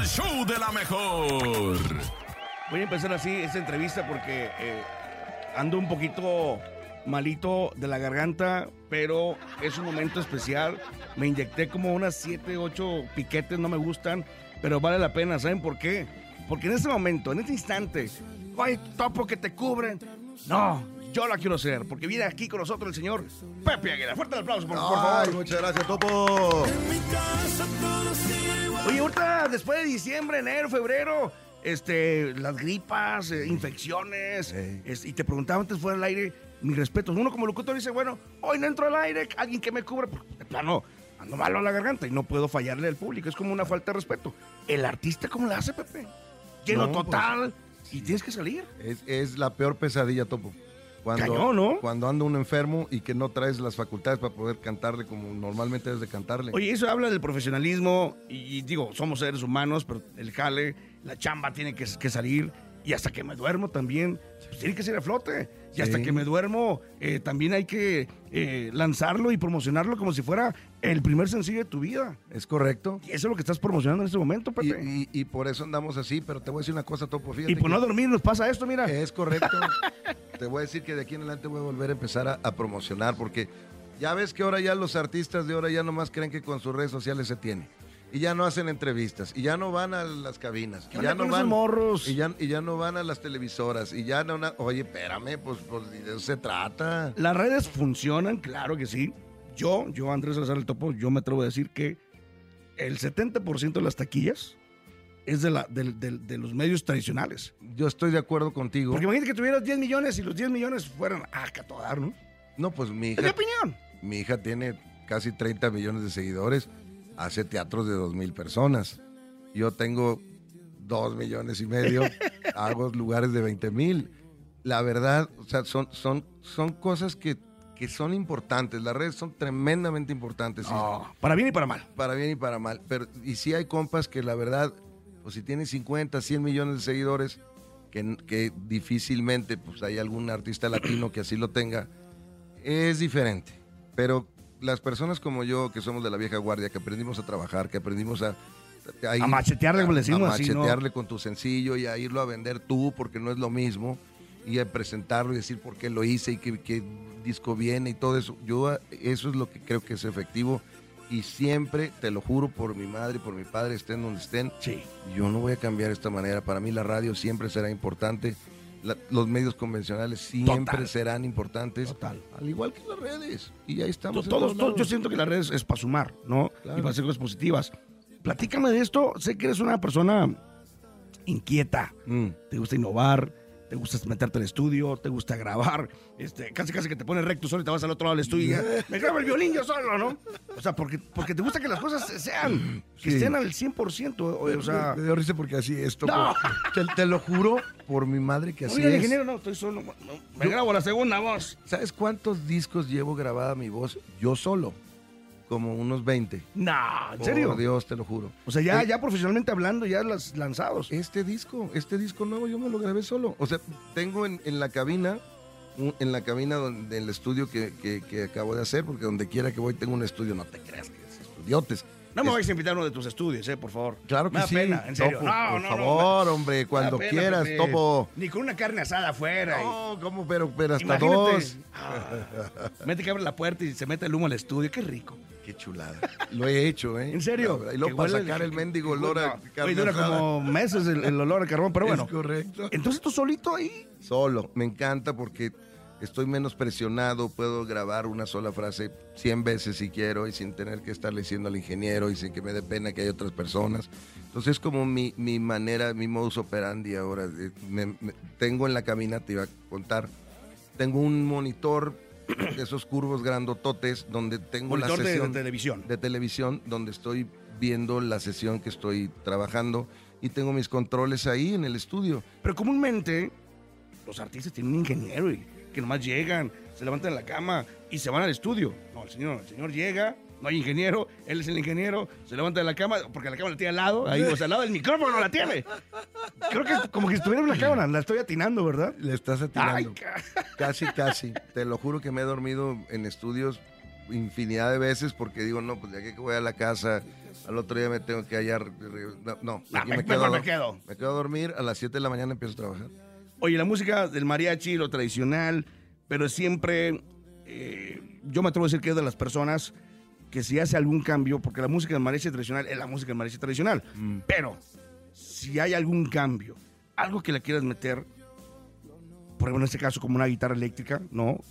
el show de la mejor. Voy a empezar así esta entrevista porque ando un poquito malito de la garganta, pero es un momento especial. Me inyecté como unas 7, 8 piquetes, no me gustan, pero vale la pena. ¿Saben por qué? Porque en este momento, en este instante, ¡ay, Topo, que te cubren! No, yo la quiero hacer, porque viene aquí con nosotros el señor Pepe Aguilar. Fuerte el aplauso, por favor. Muchas gracias, Topo. Oye, ahorita, después de diciembre, enero, febrero, las gripas, infecciones, y te preguntaba antes fuera del aire, mis respetos. Uno como locutor dice, bueno, hoy no entro al aire, alguien que me cubra, de plano, ando malo a la garganta y no puedo fallarle al público, es como una falta de respeto. El artista, ¿cómo le hace, Pepe? Lleno total, pues, y tienes que salir. Es la peor pesadilla, Topo. Cañón, ¿no? Cuando anda uno enfermo y que no traes las facultades para poder cantarle como normalmente debes de cantarle. Oye, eso habla del profesionalismo y digo, somos seres humanos, pero el jale, la chamba tiene que salir y hasta que me duermo también, pues tiene que ser a flote. Y Sí. hasta que me duermo también hay que lanzarlo y promocionarlo como si fuera el primer sencillo de tu vida. Es correcto. Y eso es lo que estás promocionando en este momento, Pepe. Y por eso andamos así, pero te voy a decir una cosa, Topo, fíjate. Y por no dormir nos pasa esto, mira. Es correcto. Te voy a decir que de aquí en adelante voy a volver a empezar a promocionar, porque ya ves que ahora ya los artistas de ahora ya nomás creen que con sus redes sociales se tiene. Y ya no hacen entrevistas, y ya no van a las cabinas, y ya no van morros. y ya no van a las televisoras, y ya no, oye, espérame, pues de eso se trata. Las redes funcionan, claro que sí. Yo, Andrés Salazar el Topo, yo me atrevo a decir que el 70% de las taquillas es de los medios tradicionales. Yo estoy de acuerdo contigo. Porque imagínate que tuvieras 10 millones y los 10 millones fueran a todo dar, ¿no? No, pues mi Es mi hija, opinión. mi hija tiene casi 30 millones de seguidores, hace teatros de 2,000 personas. Yo tengo 2,5 millones, hago lugares de 20,000. La verdad, o sea, son cosas que son importantes. Las redes son tremendamente importantes. Para bien y para mal. Para bien y para mal. Pero, y sí hay compas que la verdad, pues si tienen 50, 100 millones de seguidores, que difícilmente pues hay algún artista latino que así lo tenga, es diferente. Pero las personas como yo, que somos de la vieja guardia, que aprendimos a trabajar, que aprendimos a machetearle, como le decimos, a así, ¿no? machetearle con tu sencillo y a irlo a vender tú, porque no es lo mismo, y a presentarlo y decir por qué lo hice y qué disco viene y todo eso. Eso es lo que creo que es efectivo, y siempre, te lo juro por mi madre y por mi padre, estén donde estén, Sí. yo no voy a cambiar esta manera. Para mí la radio siempre será importante. Los medios convencionales siempre serán importantes. Total. Al igual que las redes. Y ahí estamos. Todos, yo siento que las redes es para sumar, ¿no? Claro. Y para hacer cosas positivas. Platícame de esto. Sé que eres una persona inquieta. Te gusta innovar, te gusta meterte al estudio, te gusta grabar. Casi que te pones recto solo y te vas al otro lado del estudio y ya, me grabo el violín yo solo, ¿no? O sea, porque te gusta que las cosas sean, que Sí. estén al 100%. O sea, Me dio risa porque así es, Topo. No. Te lo juro por mi madre que no, así mira, es. ingeniero, no, estoy solo. No, me grabo la segunda voz. ¿Sabes cuántos discos llevo grabada mi voz yo solo? Como unos 20. No, ¿en serio? Por Dios, te lo juro. O sea, ya profesionalmente hablando, ya las lanzados. Este disco nuevo yo me lo grabé solo. O sea, tengo en la cabina, donde el estudio que acabo de hacer, porque donde quiera que voy tengo un estudio, no te creas que es estudiotes. No me vayas a invitar a uno de tus estudios, por favor. Claro que me da sí. pena, en serio. Topo, por No, favor, hombre, cuando me da pena, quieras, Pepe. Topo. Ni con una carne asada afuera. No, ¿cómo? Pero hasta Imagínate. dos. Mete que abre la puerta y se mete el humo al estudio. Qué rico. Qué chulada. Lo he hecho, ¿eh? ¿En serio? La verdad. Y luego Que para huele- sacar el mendigo olor a Oye, carne dura asada. como meses el olor a carbón, pero bueno. Es correcto. Entonces tú solito ahí. Solo. Me encanta porque estoy menos presionado, puedo grabar una sola frase 100 veces si quiero y sin tener que estarle diciendo al ingeniero y sin que me dé pena que hay otras personas. Entonces es como mi manera, mi modus operandi ahora. Tengo en la cabina, te iba a contar, tengo un monitor de esos curvos grandototes donde tengo Monitor la sesión de televisión. donde estoy viendo la sesión que estoy trabajando y tengo mis controles ahí en el estudio. Pero comúnmente los artistas tienen un ingeniero y que nomás llegan, se levantan de la cama y se van al estudio. No, el señor llega, no hay ingeniero, él es el ingeniero, se levanta de la cama, porque la cama la tiene al lado, ahí, o sea, al lado del micrófono la tiene. Creo que es como que si estuviera en la cámara, la estoy atinando, ¿verdad? Le estás atinando. Ay, Casi. Te lo juro que me he dormido en estudios infinidad de veces porque digo, no, pues ya que voy a la casa, al otro día me tengo que hallar. No, aquí me quedo. Me quedo a dormir, a las 7 de la mañana empiezo a trabajar. Oye, la música del mariachi, lo tradicional, pero siempre, yo me atrevo a decir que es de las personas que si hace algún cambio, porque la música del mariachi tradicional es la música del mariachi tradicional, pero si hay algún cambio, algo que le quieras meter, por ejemplo, en este caso como una guitarra eléctrica,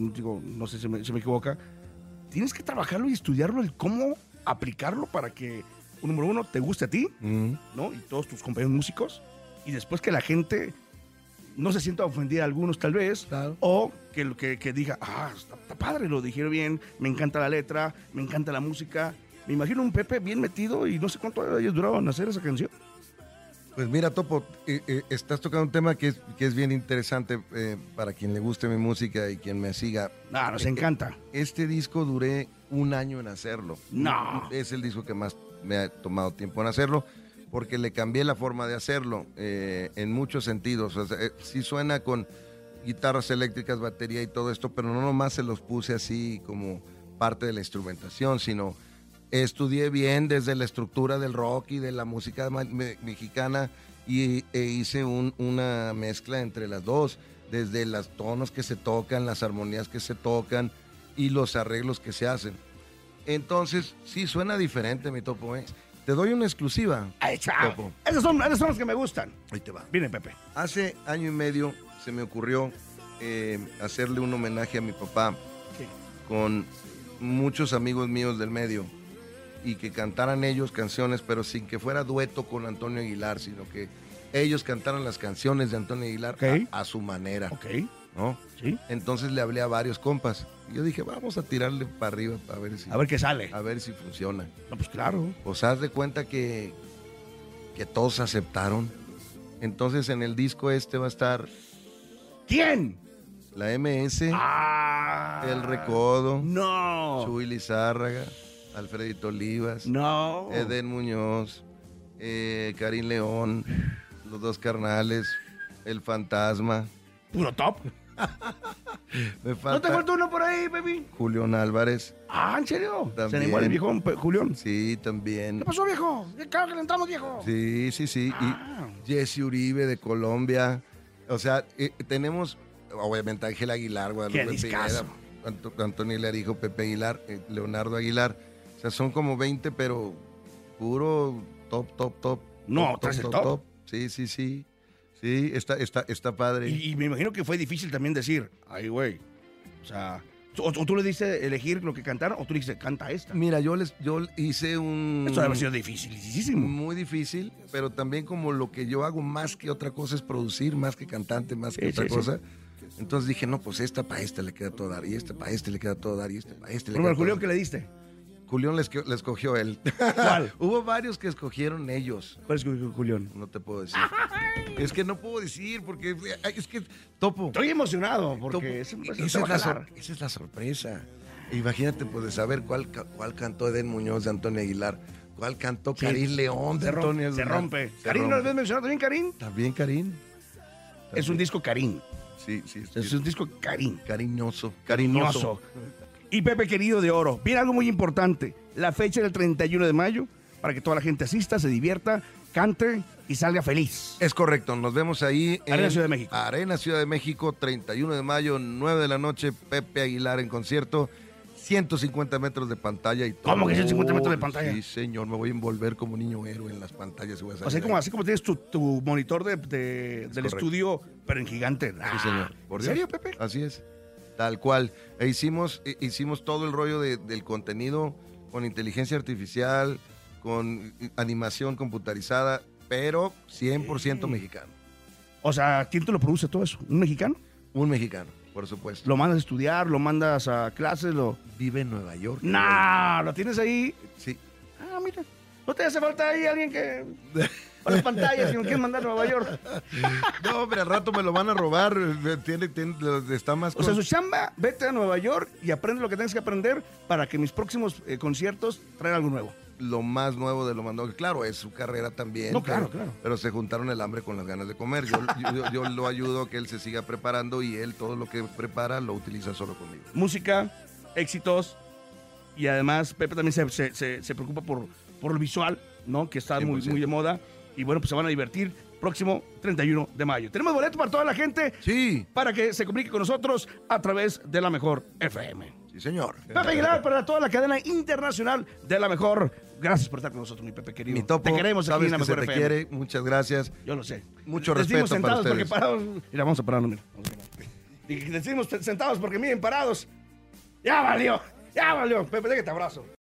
no sé si me equivoca, tienes que trabajarlo y estudiarlo, el cómo aplicarlo para que, número uno, te guste a ti, ¿no? Y todos tus compañeros músicos, y después que la gente no se sienta ofendida, algunos tal vez, Claro. o que diga, está padre, lo dijeron bien, me encanta la letra, me encanta la música. Me imagino un Pepe bien metido y no sé cuánto ellos duraron hacer esa canción. Pues mira, Topo, estás tocando un tema que es bien interesante para quien le guste mi música y quien me siga. Nos encanta. Este disco duré 1 año en hacerlo. No. Es el disco que más me ha tomado tiempo en hacerlo, porque le cambié la forma de hacerlo en muchos sentidos. O sea, sí suena con guitarras eléctricas, batería y todo esto, pero no nomás se los puse así como parte de la instrumentación, sino estudié bien desde la estructura del rock y de la música mexicana e hice una mezcla entre las dos, desde los tonos que se tocan, las armonías que se tocan y los arreglos que se hacen. Entonces, sí, suena diferente, mi Topo, ¿eh? Te doy una exclusiva. ¡Ay, chao! Topo. Esas son las que me gustan. Ahí te va. Viene, Pepe. Hace 1 año y medio se me ocurrió hacerle un homenaje a mi papá con muchos amigos míos del medio y que cantaran ellos canciones, pero sin que fuera dueto con Antonio Aguilar, sino que ellos cantaran las canciones de Antonio Aguilar a su manera, ¿no? Sí. Entonces le hablé a varios compas. Y yo dije, vamos a tirarle para arriba a ver qué sale. A ver si funciona. No, pues claro. Pues haz de cuenta que todos aceptaron. Entonces en el disco va a estar ¿quién? la MS, El Recodo, No. Chuy Lizárraga, Alfredito Olivas, No. Eden Muñoz, Karim León, Los Dos Carnales, El Fantasma. Puro top. Me ¿No te falta falta uno por ahí, baby? Julián Álvarez. ¿En serio? También. Se animó el viejo Julián. Sí, también. ¿Qué pasó, viejo? Claro que le entramos, viejo. Sí. Ah. Y Jesse Uribe de Colombia. O sea, tenemos, obviamente, Ángel Aguilar, Guadalupe Pineda, Antonio Aguilar, hijo, Pepe Aguilar, Leonardo Aguilar. O sea, son como 20, pero puro top. No, traes el top. Sí. Sí, está padre. Y me imagino que fue difícil también decir, ay, güey. O sea, o tú le diste elegir lo que cantaron, o tú le dijiste, canta esta. Mira, yo hice un... Eso debe haber sido dificilísimo. Muy difícil, pero también como lo que yo hago más que otra cosa es producir, más que cantante, más que otra cosa. Entonces dije, no, pues esta para este le queda todo dar, y esta para este le queda todo dar, y este para este le queda todo dar. Julián, ¿qué le diste? Julián le escogió él. ¿Cuál? Hubo varios que escogieron ellos. ¿Cuál es Julián? No te puedo decir. Es que no puedo decir porque es que Topo. Estoy emocionado Topo, porque esa es la sorpresa. Imagínate pues de saber cuál cantó Eden Muñoz de Antonio Aguilar, cuál cantó Karim León de Antonio Aguilar. Se rompe. ¿Karim no lo habías mencionado también, Karim? También Karim. Es un disco Karim. Sí. Es un disco Karim. Cariñoso. Y Pepe querido de oro, viene algo muy importante. La fecha del 31 de mayo, para que toda la gente asista, se divierta, cante y salga feliz. Es correcto, nos vemos ahí en Arena Ciudad de México. Arena Ciudad de México, 31 de mayo, 9 de la noche, Pepe Aguilar en concierto, 150 metros de pantalla y todo. ¿Cómo que 150 metros de pantalla? Sí, señor, me voy a envolver como niño héroe en las pantallas. Y voy a salir Así como tienes tu monitor del correcto. estudio, pero en gigante. Sí, señor. ¿En serio, Pepe? Así es, tal cual. Hicimos todo el rollo del contenido con inteligencia artificial, con animación computarizada, pero 100% mexicano. O sea, ¿quién te lo produce todo eso? ¿Un mexicano? Un mexicano, por supuesto. ¿Lo mandas a estudiar? ¿Lo mandas a clases? Vive en Nueva York. ¡No! ¿Lo tienes ahí? Sí. Mira. ¿No te hace falta ahí alguien que... Para las pantallas, si no quieres mandar a Nueva York? No, hombre, al rato me lo van a robar. Está más... O sea, su chamba, vete a Nueva York y aprende lo que tengas que aprender para que mis próximos conciertos traigan algo nuevo. Lo más nuevo de lo más nuevo. Claro, es su carrera también. No, claro. Pero se juntaron el hambre con las ganas de comer. Yo lo ayudo a que él se siga preparando y él todo lo que prepara lo utiliza solo conmigo. Música, éxitos y además Pepe también se preocupa por lo visual, ¿no? Que está muy, 100%. muy de moda. Y bueno, pues se van a divertir próximo 31 de mayo. Tenemos boletos para toda la gente. Sí. Para que se comunique con nosotros a través de La Mejor FM. Sí, señor. Pepe Aguilar para toda la cadena internacional de La Mejor. Gracias por estar con nosotros, mi Pepe querido. Mi Topo, te queremos aquí sabes en La que se Mejor te FM. quiere. Muchas gracias. Yo lo sé. Mucho Decimos respeto para sentados porque ustedes. parados. Mira, vamos a pararnos, mira. Vamos a parar. Decimos sentados porque miren parados. Ya valió. Pepe, déjate abrazo.